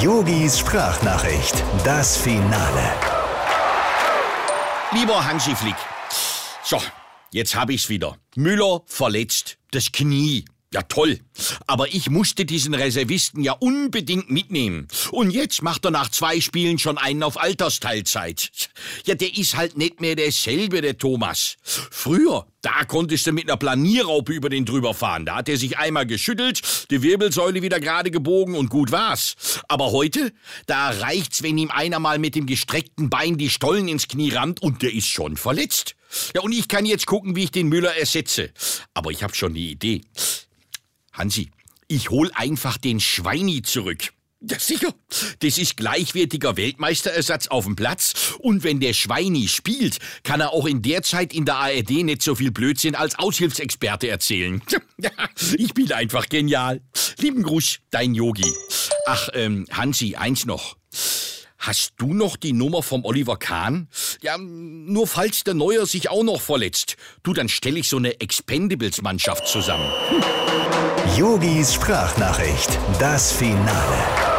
Yogis Sprachnachricht, das Finale. Lieber Hansi Flick, so, jetzt hab ich's wieder. Müller verletzt, das Knie. Ja toll, aber ich musste diesen Reservisten ja unbedingt mitnehmen. Und jetzt macht er nach 2 Spielen schon einen auf Altersteilzeit. Ja, der ist halt nicht mehr derselbe, der Thomas. Früher, da konntest du mit einer Planierraupe über den drüber fahren. Da hat er sich einmal geschüttelt, die Wirbelsäule wieder gerade gebogen und gut war's. Aber heute, da reicht's, wenn ihm einer mal mit dem gestreckten Bein die Stollen ins Knie rammt und der ist schon verletzt. Ja, und ich kann jetzt gucken, wie ich den Müller ersetze. Aber ich hab schon die Idee. Hansi, ich hol einfach den Schweini zurück. Ja, sicher. Das ist gleichwertiger Weltmeisterersatz auf dem Platz. Und wenn der Schweini spielt, kann er auch in der Zeit in der ARD nicht so viel Blödsinn als Aushilfsexperte erzählen. Ja, ich bin einfach genial. Lieben Gruß, dein Yogi. Ach, Hansi, eins noch. Hast du noch die Nummer vom Oliver Kahn? Ja, nur falls der Neuer sich auch noch verletzt. Du, dann stelle ich so eine Expendables-Mannschaft zusammen. Yogis Sprachnachricht, das Finale.